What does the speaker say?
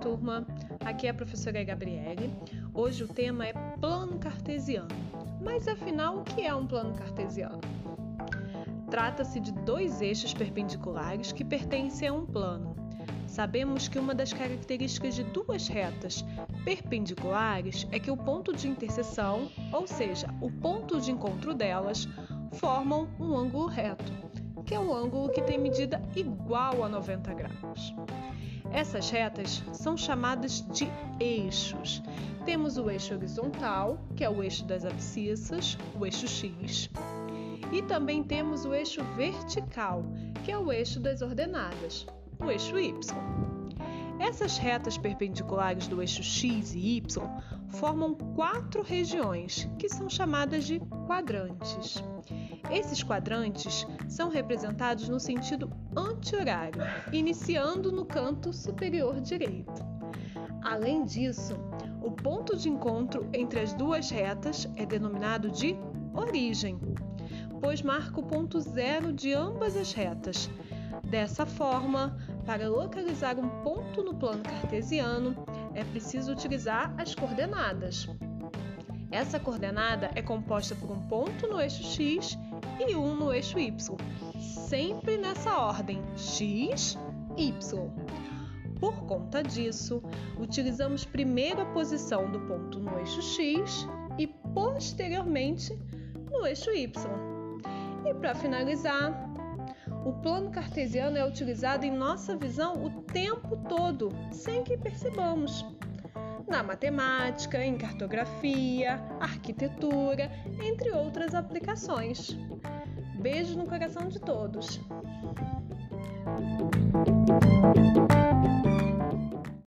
turma! Aqui é a professora Gabriele. Hoje o tema é plano cartesiano. Mas afinal, o que é um plano cartesiano? Trata-se de dois eixos perpendiculares que pertencem a um plano. Sabemos que uma das características de duas retas perpendiculares é que o ponto de interseção, ou seja, o ponto de encontro delas, formam um ângulo reto, que é um ângulo que tem medida igual a 90 graus. Essas retas são chamadas de eixos. Temos o eixo horizontal, que é o eixo das abscissas, o eixo X, e também temos o eixo vertical, que é o eixo das ordenadas, o eixo Y. Essas retas perpendiculares do eixo X e Y formam quatro regiões, que são chamadas de quadrantes. Esses quadrantes são representados no sentido anti-horário, iniciando no canto superior direito. Além disso, o ponto de encontro entre as duas retas é denominado de origem, pois marca o ponto zero de ambas as retas. Dessa forma, para localizar um ponto no plano cartesiano, é preciso utilizar as coordenadas. Essa coordenada é composta por um ponto no eixo X e um no eixo Y, sempre nessa ordem, X, Y. Por conta disso, utilizamos primeiro a posição do ponto no eixo X e posteriormente no eixo Y. E para finalizar, o plano cartesiano é utilizado em nossa visão o tempo todo, sem que percebamos. Na matemática, em cartografia, arquitetura, entre outras aplicações. Beijo no coração de todos!